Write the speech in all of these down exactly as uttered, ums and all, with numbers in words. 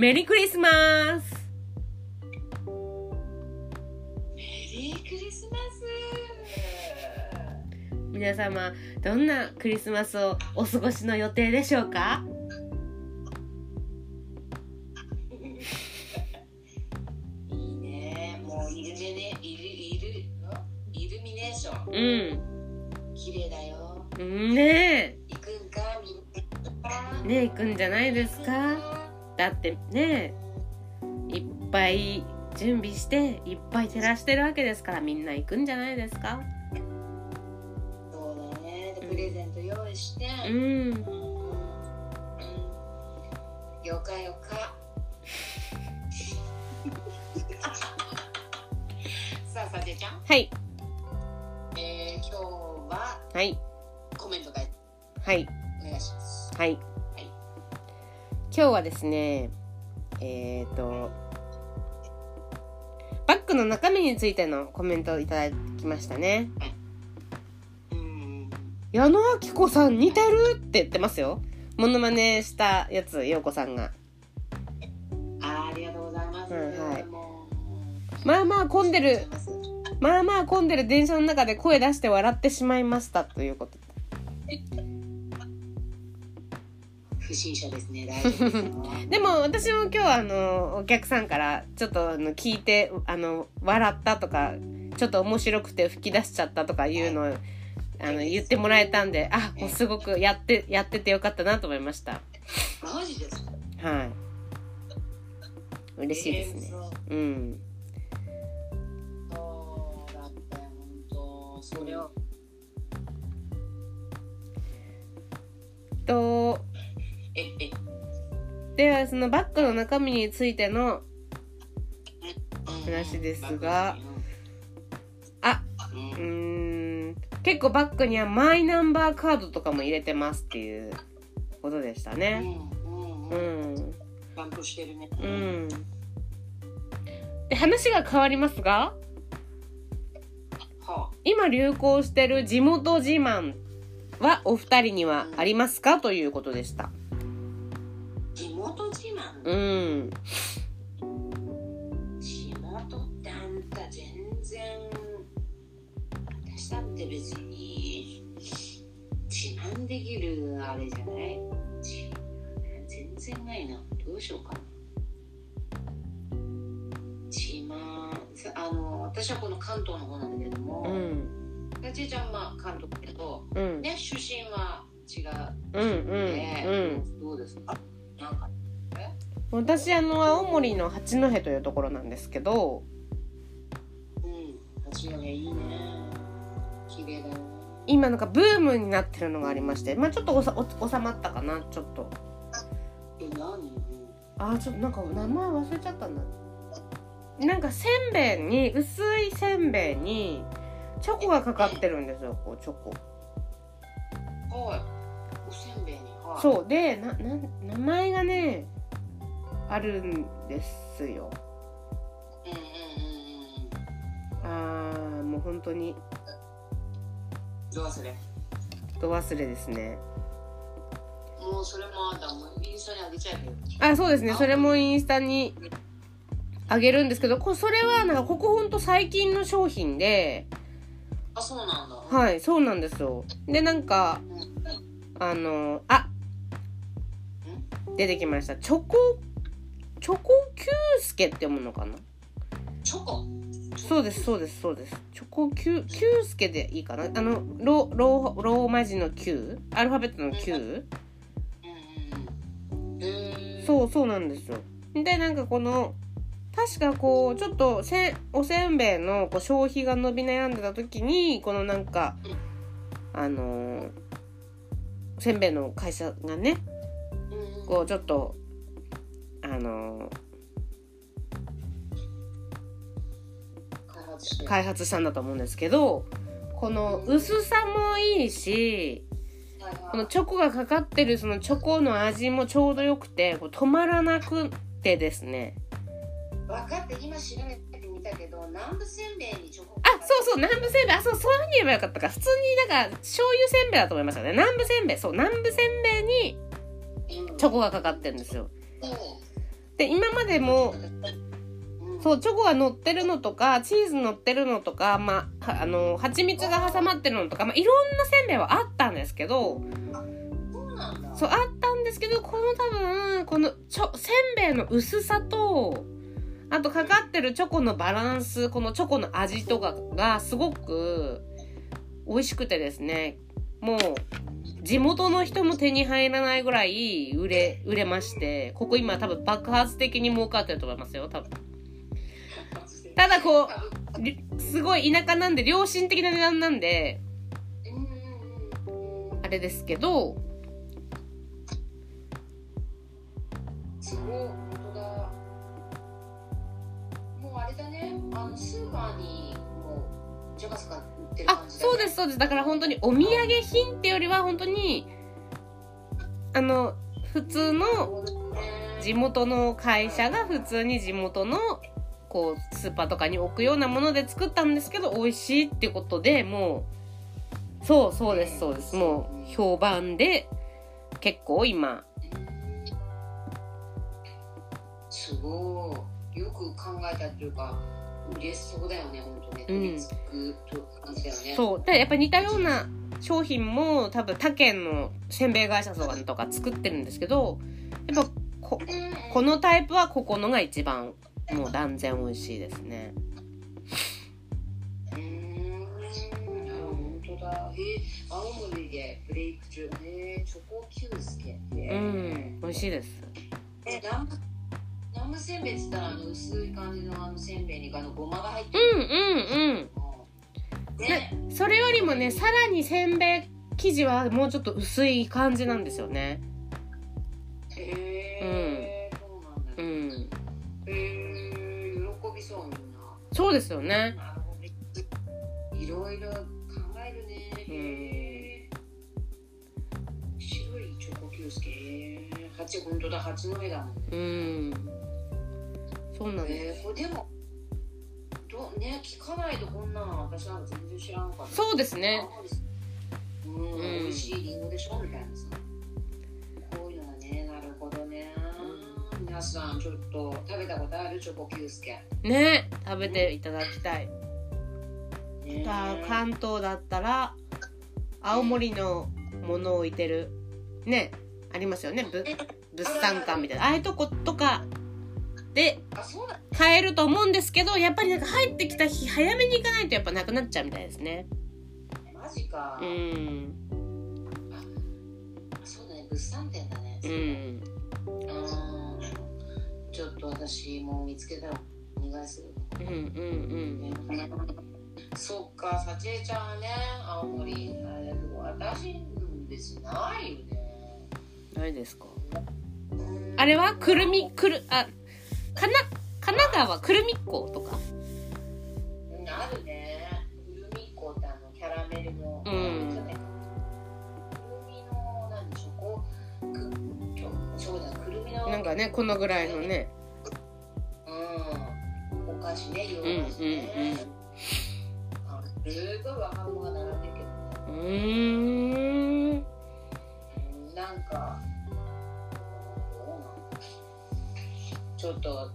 メリークリスマス。 メリークリスマス。 皆様どんなクリスマスをお過ごしの予定でしょうか？ いいね。もうイルミネイルイルイルミネーション。 うん。 綺麗だよ。 ねえ。 行くんかみんな。 ねえ行くんじゃないですか？だってねえいっぱい準備していっぱい照らしてるわけですから、みんな行くんじゃないですか？ そうだね。でプレゼント用意して。 うん。うん、 よかよか。さあさてちゃん。 はい。 えー、今日ははいコメント書いてはいお願いします。 はい。 はい。 今日はですね、えーとバッグの中身についてのコメントをいただきましたね。 うん。 矢野明子さん似てるって言ってますよ。モノマネしたやつ、陽子さんが。 あ、ありがとうございます。 うんはい、 もうまあまあ混んでるまあまあ混んでる電車の中で声出して笑ってしまいましたということ。 不審者ですね。大丈夫ですよ。 でも私も今日あのお客さんからちょっとあの聞いてあの笑ったとか、ちょっと面白くて吹き出しちゃったとかいうのをあの言ってもらえたんで、あ、もうすごくやってやっててよかったなと思いました。 マジですか？ はい。嬉しいですね。うん。 そうだったよ、本当。それを。 と。 ええ。 ではそのバッグの中身についての話ですが、あ、うーん、結構バッグにはマイナンバーカードとかも入れてますっていうことでしたね。 うんうん。 ちゃんとしてるね。 うん。で話が変わりますが、 はあ、 今流行してる地元自慢はお二人にはありますかということでした。 地元自慢？ うん。 地元ってあんた全然、私だって別に自慢できるあれじゃない？全然ないな。どうしようかな。自慢、あの私はこの関東の方なんだけども、うん、ちえちゃんは関東だけど、うん、ね、出身は違う、うんうんうん、どうですか？なんか私あの青森の八戸というところなんですけど、 うん、八戸いいね、綺麗だよね。 今なんかブームになってるのがありまして、まあちょっとおさお収まったかな、ちょっと。 え、何？ あ、ちょっとなんか名前忘れちゃったんだ。なんかせんべいに、薄いせんべいにチョコがかかってるんですよ、こうチョコ。 はい。おせんべいに。はい。 そうで、なな名前がねあるんですよ。 うんうんうんうん。 あー、もう本当にど忘れ。 ど忘れですね。 もうそれもあんたもインスタにあげちゃえばよ。 あ、そうですね。それもインスタにあげるんですけど、こそれはなんかここほんと最近の商品で。 あ、そうなんだ。 はい、そうなんですよ。でなんか、うん、あのあ出てきました。チョコチョコキュースケって読むのかな。 チョコ。 そうですそうですそうです。チョコキュキュースケでいいかな。あのロロローマ字のキュー、アルファベットのキュー。 うんうん、 そうそうなんですよ。でなんかこの確かこうちょっとせおせんべいのこう消費が伸び悩んでた時にこのなんかあのー、せんべいの会社がねこうちょっとあのー、 開発して開発したんだと思うんですけど、この薄さもいいし、このチョコがかかってるそのチョコの味もちょうどよくてこう止まらなくてですね。 分かって、今調べてみたけど南部せんべいにチョコ、 あ、そうそう、南部せんべい、あ、そう、そういう風に言えばよかったか。普通になんか醤油せんべいだと思いましたね。南部せんべい、そう、南部せんべいにチョコがかかってるんですよ。 で今までもそうチョコが乗ってるのとかチーズ乗ってるのとか、まあ、あの蜂蜜が挟まってるのとか、まあ、いろんなせんべいはあったんですけど、そうあったんですけど、この多分このちょせんべいの薄さとあとかかってるチョコのバランス、このチョコの味とかがすごく美味しくてですね、もう地元の人も手に入らないぐらい売れ売れまして、ここ今多分爆発的に儲かってると思いますよ多分。ただこうすごい田舎なんで良心的な値段なんであれですけど、 すごい本当だ。もうあれだね、あのスーパーにもうジャガスカ売ってる感じだね。 あ、そうですそうです。だから本当にお土産品ってよりは本当にあの普通の地元の会社が普通に地元のこうスーパーとかに置くようなもので作ったんですけど美味しいってことで、もうそうそうですそうです、もう評判で結構今すごいよく考えたっていうか売れそうだよね本当ね。取り付くと感じだよね。 そうでやっぱり似たような商品も多分他県のせんべい会社とか作ってるんですけど、やっぱ こ, このタイプはここのが一番もう断然美味しいですね。 うーん、本当だ。えー、青森でブレイク中、えー、チョコキュースケ、えー、 うん美味しいです。 え南部南部せんべいって言ったらあの薄い感じのあのせんべいにあのごまが入ってる。 うんうんうんね、それよりもねさらにせんべい生地はもうちょっと薄い感じなんですよね。 へえー、そうなんだね。 うんへー、喜びそうみんな。 そうですよね。 いろいろ考えるね。へー、白いチョコキュースケ、へー、八本当だ八の目だもんね。 うんそうなんです、 えー、これでもどね聞かないとこんなの私なんか全然知らなかった。 そうですね。 うん、うん、美味しいリンゴでしょみたいなさ、こういうのがね。なるほどね。皆さんちょっと食べたことあるチョコキュースケね、食べていただきたい、 ね。 関東だったら青森のものを置いてるねありますよね、ぶ物産館みたいなああいうとことかで買えると思うんですけど、やっぱりなんか入ってきた日早めに行かないとやっぱなくなっちゃうみたいですね。 マジか。 うん。 あ、そうだね、物産展だね。 うん。 あ、ちょっと私も見つけたらお願いする。 うんうんうん。 そっか、さちえちゃんはね、青森あれだけど私別にないよね。 ないですか。あれはくるみくるあかな神奈川くるみっことか。 あるね。くるみっこってあのキャラメルの。 うん。 くるみの何チョコくそうだくるみのなんかねこのぐらいのね。 うん。お菓子ね洋菓子ね。うんうんうん。あ、すごい若者が並んでるけどね。うーん。なんか。ちょっと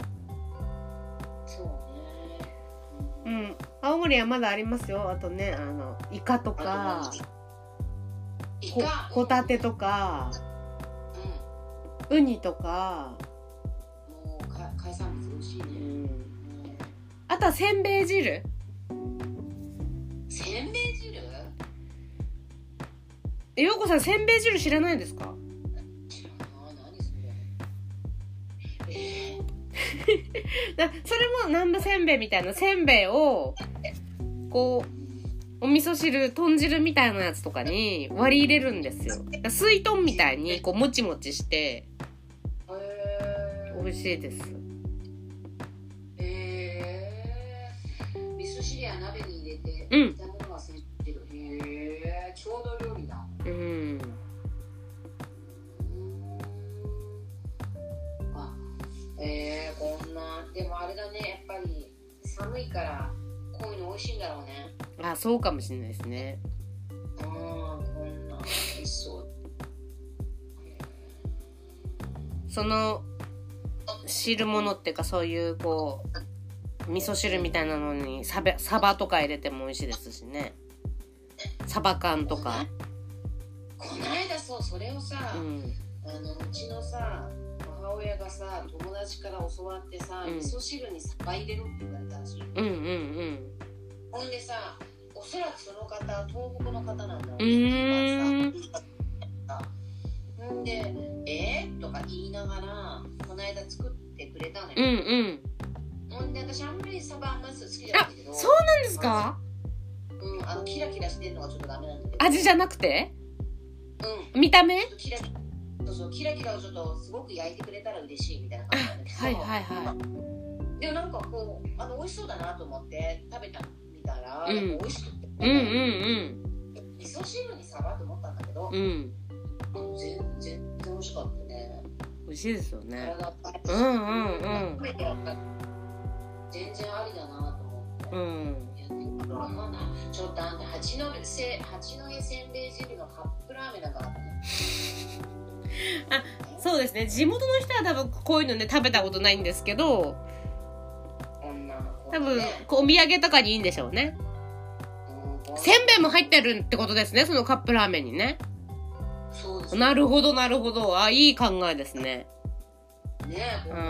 そうね、うん、うん、青森はまだありますよ。あとね、あのイカとかイカホタテとか、うん、ウニとか、もうか海産物美味しいね、うんうん、あとはせんべい汁。せんべい汁？え、ようこさんせんべい汁知らないですか？だそれも南部せんべいみたいなせんべいをこうお味噌汁豚汁みたいなやつとかに割り入れるんですよ。すいとんみたいにこうもちもちして美味しいです。へー、味噌汁や鍋に入れて炒めるのはせんべい。へー、郷土料理だ。うん。えー、こんなでもあれだね、やっぱり寒いからこういうの美味しいんだろうね。あ、そうかもしれないですね。うん、こんな美味しそう。その汁物っていうかそういうこう味噌汁みたいなのにサバ、サバとか入れても美味しいですしね。サバ缶とか。 この間そうそれをさ、 うん、 あのうちのさ母親がさ友達から教わってさ、うん、味噌汁にサバ入れろって言われたらしい。 うんうんうん。 ほんでさ、おそらくその方東北の方なんだろう。 うーん。 んでえー、とか言いながらこの間作ってくれたのよ。 うんうん。 ほんで私あんまりサバあんまり好きじゃないんだけど。 そうなんですか？ うん、あのキラキラしてるのがちょっとダメなんだけど。 味じゃなくて？ うん。 見た目？ キラキラ、そうそう、キラキラをちょっとすごく焼いてくれたら嬉しいみたいな感じなんだけど。 はいはいはい。 でもなんかこうあの美味しそうだなと思って食べたみたら、 うん、 美味しくて、 うんうんうん。 味噌汁にサバと思ったんだけど、 うん。 全然美味しかったね。 美味しいですよね。 うんうんうん。全然ありだなと思って。うん。ちょっとあんた八戸せ八戸せんべい汁のカップラーメンだからね。 あ、そうですね。地元の人は多分こういうのね食べたことないんですけど、多分こうお土産とかにいいんでしょうね。せんべいも入ってるってことですね。そのカップラーメンにね。 そうです。 なるほどなるほど。あ、いい考えですね。 ねえ、うん。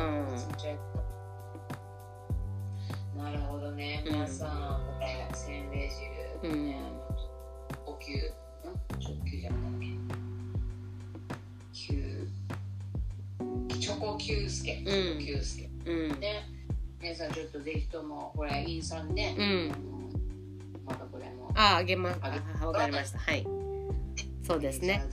なるほどね。皆さん、これせんべい汁、ね、おきゅう、直球じゃなかったっけ？きゅう、チョコキュースケ、チョコキュースケ。うん。ね、皆さんちょっとぜひともこれインスタにね、うん、またこれも。 あ、あげます。あ、わかりました。はい。そうですね。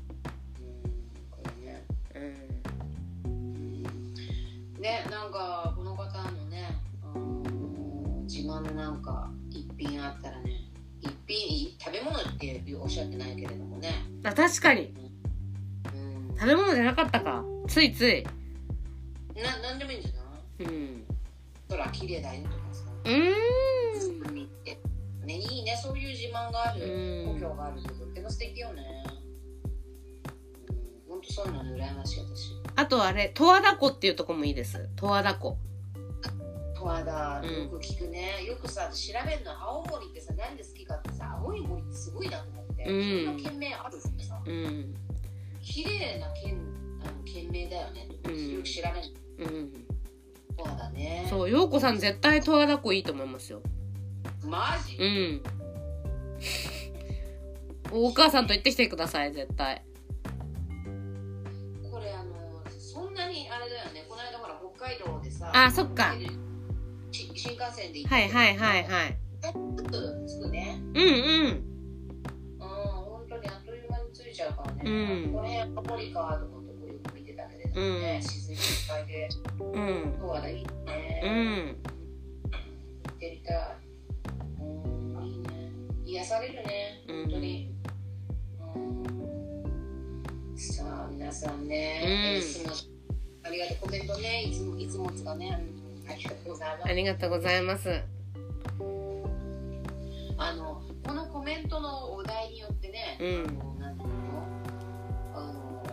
ね、なんかこの方のね、あの自慢のなんか一品あったらね、一品食べ物っておっしゃってないけれどもね。 あ、確かに、うん、食べ物じゃなかったか。ついついな、なんでもいいんじゃない？うん。空綺麗だよとかさ。 うーん。 海ってね、いいね、そういう自慢がある、故郷があるってとっても素敵よね。うん、本当そういうのね、羨ましい私。 あとあれ、十和田湖っていうとこもいいです。十和田湖。 十和田、よく聞くね。うん、よくさ、調べるの、青森ってさ、何で好きかってさ、青い森ってすごいなと思って。うん、そんな県名あるってさ。うん。綺麗な県、あの県名だよね。うん、よく調べる。うん。十和田ね。 そう、陽子さん絶対十和田湖いいと思いますよ。 マジ？ うん。お母さんと行ってきてください、絶対。 あれだよね、この間ほら北海道でさ、 あ、そっか。 新幹線で行って、 はいはいはいはい。 すぐ着くね。 うんうん。 うん、本当にあっという間に着いちゃうからね。うん、この辺青森かと思ってこうよく見てたけれどもね、うん、自然いっぱいで、うん、十和田いいね。うん。行ってみたい。うん、いいね。癒されるね、本当に。うん、さあ皆さんね、うん、ありがとう、コメントね、いつもいつもつかね、ありがとうございます。 ありがとうございます。 あのこのコメントのお題によってね、うん、あのなんていうの、あ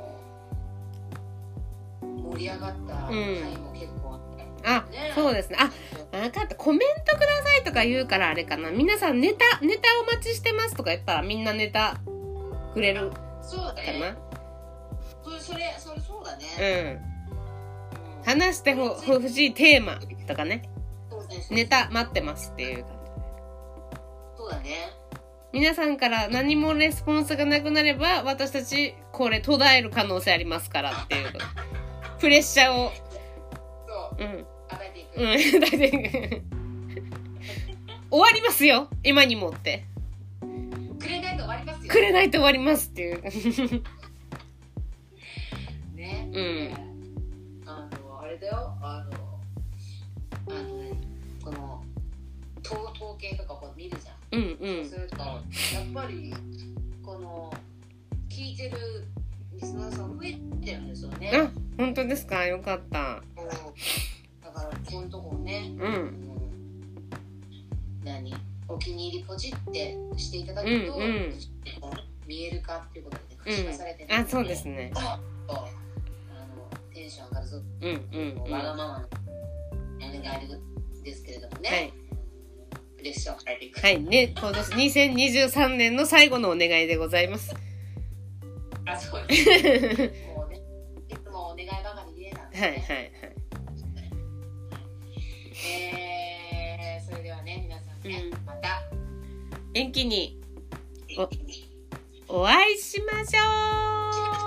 の盛り上がった回も結構あって、 うん、あ、ね、そうですね。あ、分かった。コメントくださいとか言うからあれかな。皆さんネタネタお待ちしてますとか言ったらみんなネタくれるかな。 そうだね。それそれそれそうだね。 うん。話してほ欲しいテーマとかね、ネタ待ってますっていう感じ。 そうだね。 皆さんから何もレスポンスがなくなれば私たちこれ途絶える可能性ありますからっていうプレッシャーを、 そう、うん、与えていく、 うん、与えていく終わりますよ今にもってくれないと終わりますよ、 くれないと終わりますっていうね、うん、あれだよ、あの、あのね、この統計とかこう見るじゃん。うんうん。そうするとやっぱりこの聞いてるリスナーさん増えてるんですよね。 あ、本当ですか？よかった。だからこのとこね、うん、うん、何お気に入りポチってしていただくと、うんうん、見えるかっていうことで、ね、可視化されてる、ね、 うん、あ、そうですね。 テテンション上がるぞ、 うんうんうん、 わがままのお願いですけれどもね、はい、プレッシャーを変えていく。 はいね、今年にせんにじゅうさんねんの最後のお願いでございます。 あ、そうですね。もうね、いつもお願いばかり言えなんですね。はいはいはい。えー、それではね、皆さんね、うん、また元気に お, お会いしましょう。